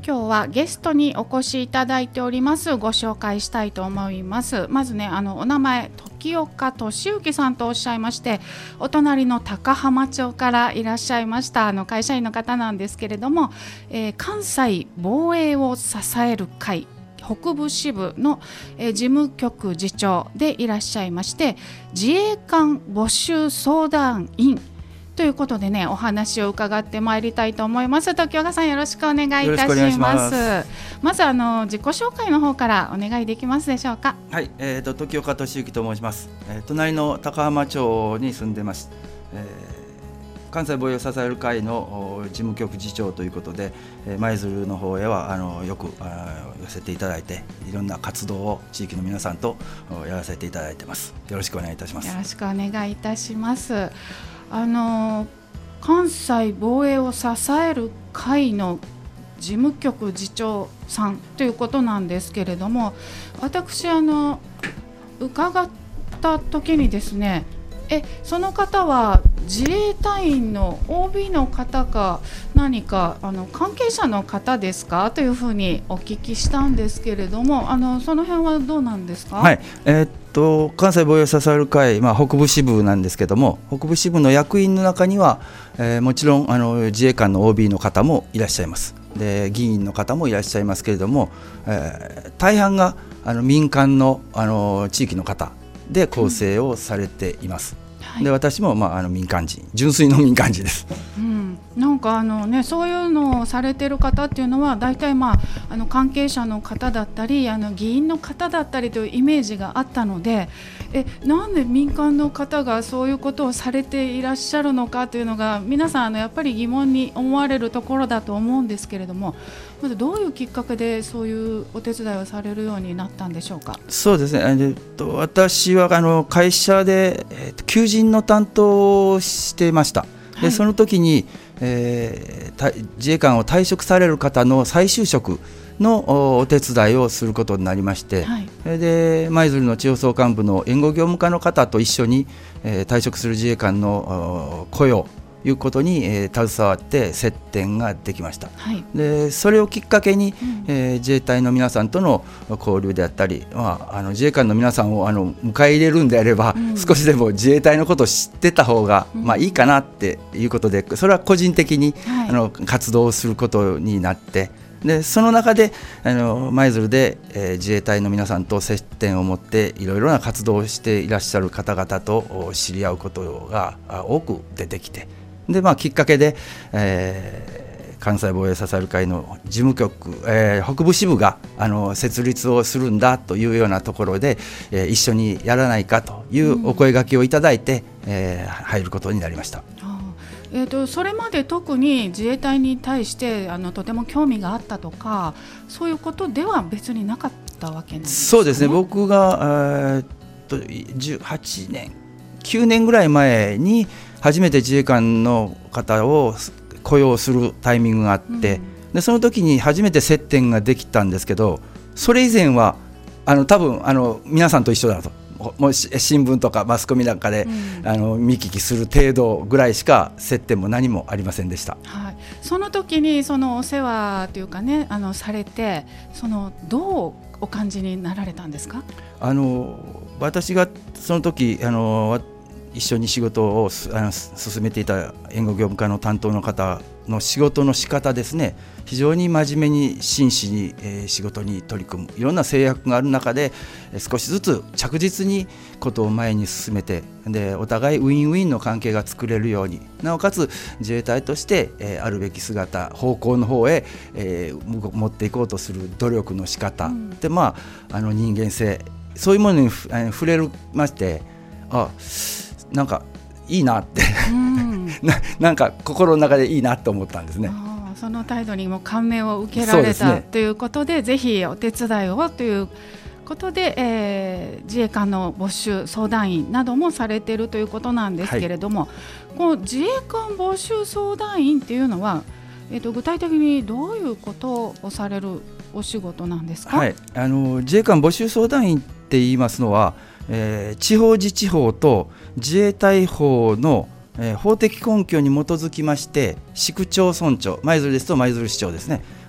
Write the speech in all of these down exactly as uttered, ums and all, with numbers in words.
今日はゲストにお越しいただいております。ご紹介したいと思います。まずね、あのお名前時岡俊之さんとおっしゃいまして、お隣の高浜町からいらっしゃいましたあの会社員の方なんですけれども、えー、関西防衛を支える会北部支部の、えー、事務局次長でいらっしゃいまして、自衛官募集相談員ということでね、お話を伺ってまいりたいと思います。時岡さん、よろしくお願いいたします。 ます。 まずあの自己紹介の方からお願いできますでしょうか。 はい、えー、と時岡俊之と申します。えー、隣の高浜町に住んでます。えー、関西防衛を支える会の事務局次長ということで、舞鶴の方へはあのよくあ寄せていただいて、いろんな活動を地域の皆さんとやらせていただいてます。よろしくお願いいたします。 よろしくお願いいたします。あの関西防衛を支える会の事務局次長さんということなんですけれども、私あの伺った時にですね、えその方は自衛隊員の オービー の方か何かあの関係者の方ですかというふうにお聞きしたんですけれども、あのその辺はどうなんですか。 はい、えー、っと関西防衛を支える会、まあ、北部支部なんですけども、北部支部の役員の中には、えー、もちろんあの自衛官の オービー の方もいらっしゃいます。で議員の方もいらっしゃいますけれども、えー、大半があの民間の、あの地域の方で構成をされています。うんはい、で私も、まあ、あの民間人、純粋の民間人です。 うん、なんかあの、ね、そういうのをされてる方っていうのは大体、まあ、あの関係者の方だったりあの議員の方だったりというイメージがあったので、えなんで民間の方がそういうことをされていらっしゃるのかというのが皆さんあのやっぱり疑問に思われるところだと思うんですけれども、まずどういうきっかけでそういうお手伝いをされるようになったんでしょうか。 そうですね、えっと、私はあの会社で、えっと、求人の担当をしていました。でその時に、えー、自衛官を退職される方の再就職のお手伝いをすることになりまして、はい、で舞鶴の地方総監部の援護業務課の方と一緒に、えー、退職する自衛官の雇用ということに、えー、携わって接点ができました。はい、でそれをきっかけに、うんえー、自衛隊の皆さんとの交流であったり、まあ、あの自衛官の皆さんをあの迎え入れるんであれば、うん、少しでも自衛隊のことを知ってた方が、うんまあ、いいかなっていうことで、それは個人的に、はい、あの活動をすることになって、でその中であの舞鶴で、えー、自衛隊の皆さんと接点を持っていろいろな活動をしていらっしゃる方々と知り合うことが多く出てきて、でまあ、きっかけで、えー、関西防衛支える会の事務局、えー、北部支部があの設立をするんだというようなところで、えー、一緒にやらないかというお声掛けをいただいて、うんえー、入ることになりました。 えーと、それまで特に自衛隊に対してあのとても興味があったとか、そういうことでは別になかったわけなんですかね。 そうですね、僕が、えー、とじゅうはちねんきゅうねんぐらい前に初めて自衛官の方を雇用するタイミングがあって、うん、でその時に初めて接点ができたんですけど、それ以前はあの多分あの皆さんと一緒だと、もう新聞とかマスコミなんかで、うん、あの見聞きする程度ぐらいしか接点も何もありませんでした。 はい、その時にそのお世話というかね、あのされて、そのどうお感じになられたんですか。 あの私がその時あの一緒に仕事をあの進めていた援護業務課の担当の方の仕事の仕方ですね、非常に真面目に真摯に、えー、仕事に取り組む、いろんな制約がある中で、えー、少しずつ着実にことを前に進めて、でお互いウィンウィンの関係が作れるように、なおかつ自衛隊として、えー、あるべき姿方向の方へ、えー、持っていこうとする努力の仕方、うん、で、まあ、あの人間性、そういうものに触れまして、あなんかいいなって、うん、な, なんか心の中でいいなと思ったんですね。 あ、その態度にも感銘を受けられた、ね、ということで、ぜひお手伝いをということで、えー、自衛官の募集相談員などもされているということなんですけれども、はい、この自衛官募集相談員っていうのは、えー、と具体的にどういうことをされるお仕事なんですか。 はい、あの自衛官募集相談員って言いますのは、えー、地方自治法と自衛隊法の、えー、法的根拠に基づきまして、市区町村長、舞鶴ですと舞鶴市長ですね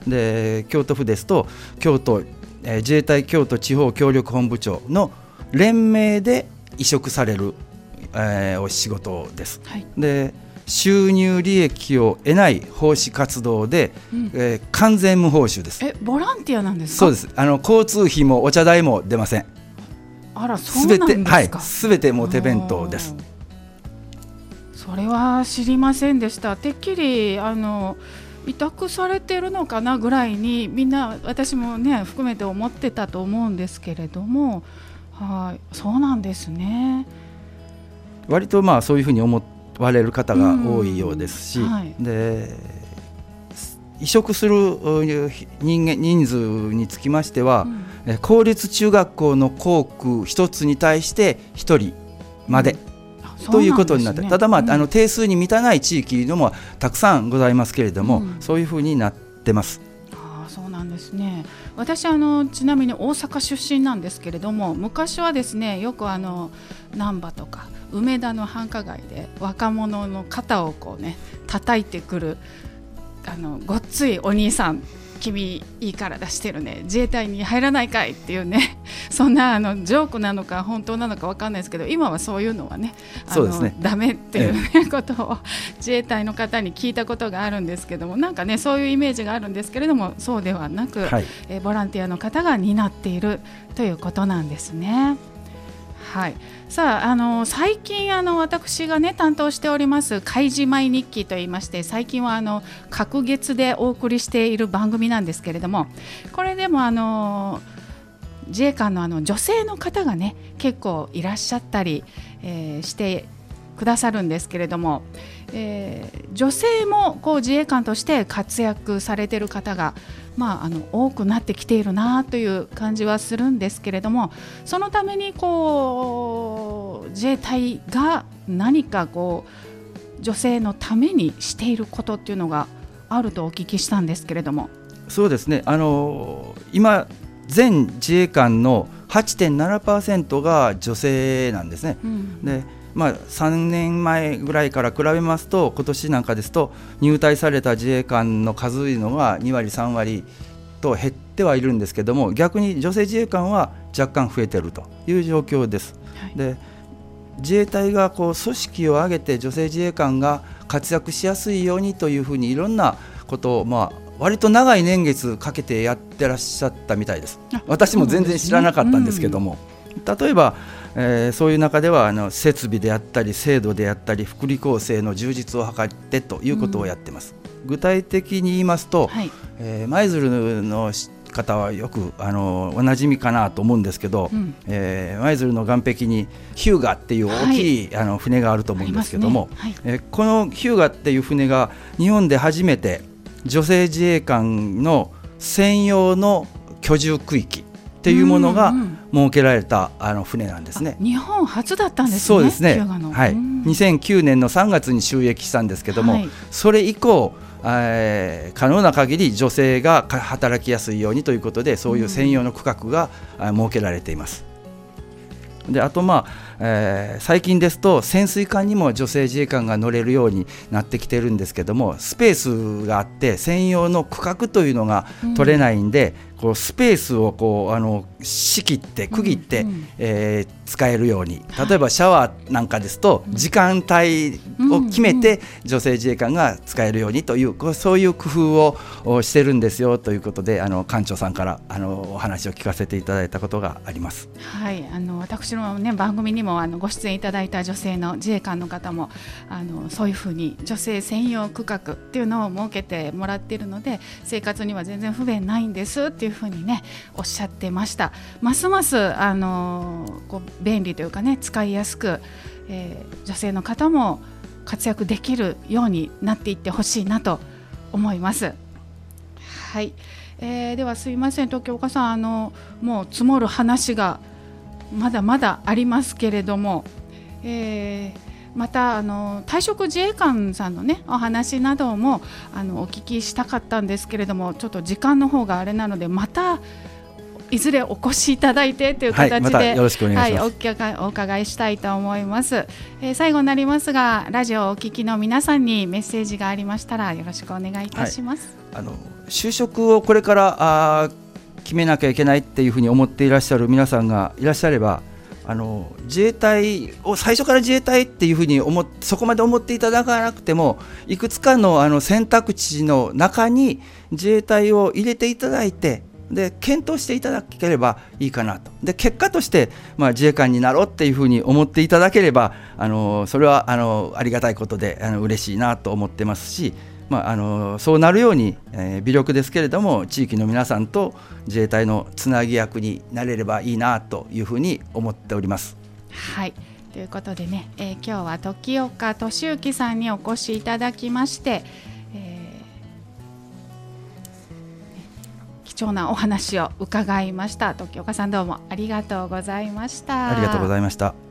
で京都府ですと京都、えー、自衛隊京都地方協力本部長の連名で委嘱される、えー、お仕事です、はい、で収入利益を得ない奉仕活動で、うんえー、完全無報酬です。 えボランティアなんですか？ そうです。あの交通費もお茶代も出ません。 あらそうなんですか？ はい、すべてもう手弁当です。 それは知りませんでした。てっきりあの委託されてるのかなぐらいにみんな私もね含めて思ってたと思うんですけれども、はい、そうなんですね。 割とまあそういうふうに思われる方が多いようですし、はい、で移植する人間人数につきましては、うん、公立中学校の校区一つに対して一人まで、うん、ということになって、ね、ただ、まあうん、あの定数に満たない地域のもたくさんございますけれども、うん、そういうふうになってます。 あ、そうなんですね。私あのちなみに大阪出身なんですけれども、昔はですねよくあの難波とか梅田の繁華街で若者の肩をこうね叩いてくるあのごっついお兄さん、君いいから出してるね、自衛隊に入らないかいっていうねそんなあのジョークなのか本当なのか分かんないですけど、今はそういうのはねあのそうですねダメっていう、ねええ、ことを自衛隊の方に聞いたことがあるんですけども、なんかねそういうイメージがあるんですけれども、そうではなく、はい、えボランティアの方が担っているということなんですね。はい、さあ、あの最近あの私が、ね、担当しております海自毎日記といいまして、最近はあの隔月でお送りしている番組なんですけれども、これでもあの自衛官の、あの女性の方がね結構いらっしゃったり、えー、してくださるんですけれども、えー、女性もこう自衛官として活躍されている方がまあ、あの多くなってきているなという感じはするんですけれども、そのためにこう自衛隊が何かこう女性のためにしていることっていうのがあるとお聞きしたんですけれども。 そうですね、あの今全自衛官の はちてんななパーセント が女性なんですね、うん、でまあ、さんねんまえぐらいから比べますと、今年なんかですと入隊された自衛官の数というのがにわりさんわりと減ってはいるんですけども、逆に女性自衛官は若干増えているという状況です、はい、で自衛隊がこう組織を挙げて女性自衛官が活躍しやすいようにというふうにいろんなことを、まあ、割と長い年月かけてやってらっしゃったみたいです。私も全然知らなかったんですけども、うん、例えばえー、そういう中ではあの設備であったり制度であったり福利厚生の充実を図ってということをやってます、うん、具体的に言いますと舞、はいえー、鶴の方はよくあのおなじみかなと思うんですけど舞、うんえー、鶴の岸壁にヒューガっていう大きい、はい、あの船があると思うんですけども、ねはいえー、このヒューガっていう船が日本で初めて女性自衛官の専用の居住区域っていうものが設けられたあの船なんですね。 日本初だったんですね。 そうですね、はい、にせんきゅうねんのさんがつに就役したんですけども、はい、それ以降、えー、可能な限り女性が働きやすいようにということで、そういう専用の区画が設けられています。であと、まあえー、最近ですと潜水艦にも女性自衛官が乗れるようになってきてるんですけども、スペースがあって専用の区画というのが取れないんで、うん、こうスペースをこうあの仕切って区切って、うんうんえー、使えるように、例えばシャワーなんかですと時間帯を決めて女性自衛官が使えるようにという、そういう工夫をしてるんですよということで、あの館長さんからあのお話を聞かせていただいたことがあります。 はい、あの私の、ね、番組にもあのご出演いただいた女性の自衛官の方もあのそういうふうに女性専用区画っていうのを設けてもらっているので、生活には全然不便ないんですっていうふうにねおっしゃってました。ますますあのこう便利というかね使いやすく、えー、女性の方も活躍できるようになっていってほしいなと思います。はい、えー、ではすいません時岡さん、あのもう積もる話がまだまだありますけれども、えー、またあの退職自衛官さんのねお話などもあのお聞きしたかったんですけれども、ちょっと時間の方があれなので、またいずれお越しいただいてという形で、はい、またよろしくお願いします。はい、お伺いしたいと思います。えー、最後になりますが、ラジオをお聞きの皆さんにメッセージがありましたらよろしくお願いいたします。 はい、あの就職をこれからあ決めなきゃいけないっていうふうに思っていらっしゃる皆さんがいらっしゃれば、あの自衛隊を最初から自衛隊っていうふうに思っそこまで思っていただかなくても、いくつかのあの選択肢の中に自衛隊を入れていただいて、で検討していただければいいかなと。で結果として、まあ、自衛官になろうっていうふうに思っていただければ、あのそれはあのありがたいことで、あの嬉しいなと思ってますし、まあ、あのそうなるように、えー、微力ですけれども地域の皆さんと自衛隊のつなぎ役になれればいいなというふうに思っております。 はい、ということでね、えー、今日は時岡俊之さんにお越しいただきまして、えー、貴重なお話を伺いました。時岡さん、どうもありがとうございました。 ありがとうございました。